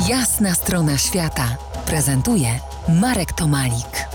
Jasna strona świata prezentuje Marek Tomalik.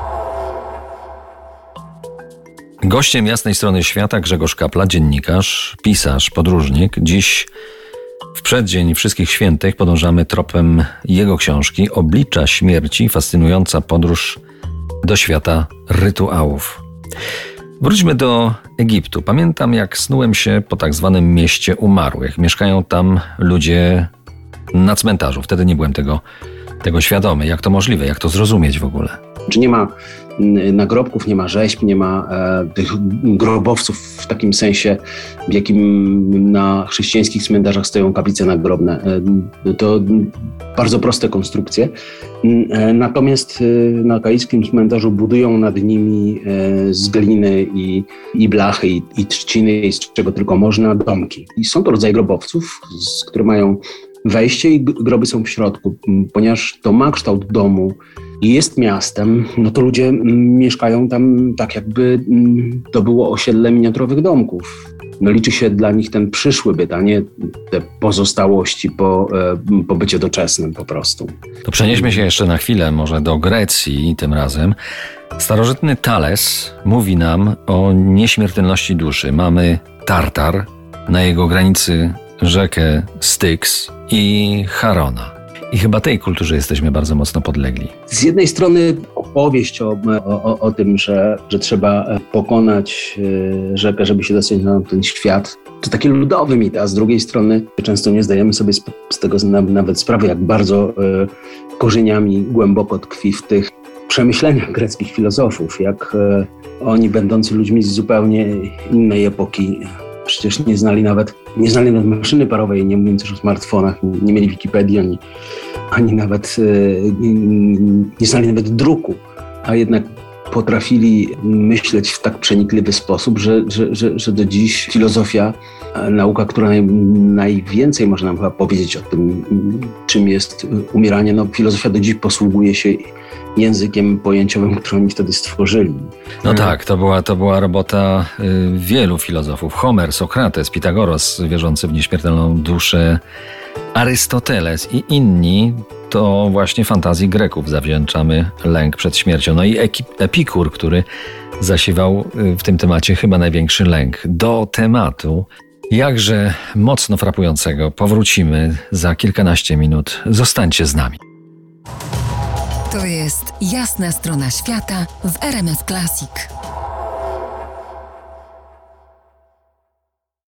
Gościem Jasnej Strony Świata Grzegorz Kapla, dziennikarz, pisarz, podróżnik. Dziś w przeddzień Wszystkich Świętych podążamy tropem jego książki Oblicza śmierci, fascynująca podróż do świata rytuałów. Wróćmy do Egiptu. Pamiętam, jak snułem się po tak zwanym mieście umarłych. Mieszkają tam ludzie na cmentarzu. Wtedy nie byłem tego świadomy. Jak to możliwe? Jak to zrozumieć w ogóle? Czy nie ma nagrobków, nie ma rzeźb, nie ma tych grobowców w takim sensie, w jakim na chrześcijańskich cmentarzach stoją kaplice nagrobne. To bardzo proste konstrukcje. Natomiast na kairskim cmentarzu budują nad nimi z gliny i blachy i trzciny, z czego tylko można, domki. I są to rodzaje grobowców, które mają wejście i groby są w środku. Ponieważ to ma kształt domu i jest miastem, no to ludzie mieszkają tam tak, jakby to było osiedle miniaturowych domków. No liczy się dla nich ten przyszły byt, a nie te pozostałości po bycie doczesnym po prostu. To przenieśmy się jeszcze na chwilę może do Grecji tym razem. Starożytny Tales mówi nam o nieśmiertelności duszy. Mamy Tartar, na jego granicy rzekę Styx i Charona. I chyba tej kulturze jesteśmy bardzo mocno podlegli. Z jednej strony opowieść o tym, że trzeba pokonać rzekę, żeby się dostać na ten świat, to taki ludowy mit, a z drugiej strony często nie zdajemy sobie z tego nawet sprawy, jak bardzo korzeniami głęboko tkwi w tych przemyśleniach greckich filozofów, jak oni, będący ludźmi z zupełnie innej epoki, przecież nie znali nawet maszyny parowej, nie mówiąc już o smartfonach, nie mieli Wikipedii, ani nawet nie znali nawet druku, a jednak potrafili myśleć w tak przenikliwy sposób, że do dziś filozofia, nauka, która najwięcej może nam chyba powiedzieć o tym, czym jest umieranie, no filozofia do dziś posługuje się językiem pojęciowym, który oni wtedy stworzyli. No tak, to była robota wielu filozofów. Homer, Sokrates, Pitagoras, wierzący w nieśmiertelną duszę, Arystoteles i inni. To właśnie fantazji Greków zawdzięczamy lęk przed śmiercią. No i Epikur, który zasiewał w tym temacie chyba największy lęk. Do tematu jakże mocno frapującego powrócimy za kilkanaście minut. Zostańcie z nami. To jest Jasna Strona Świata w RMF Classic.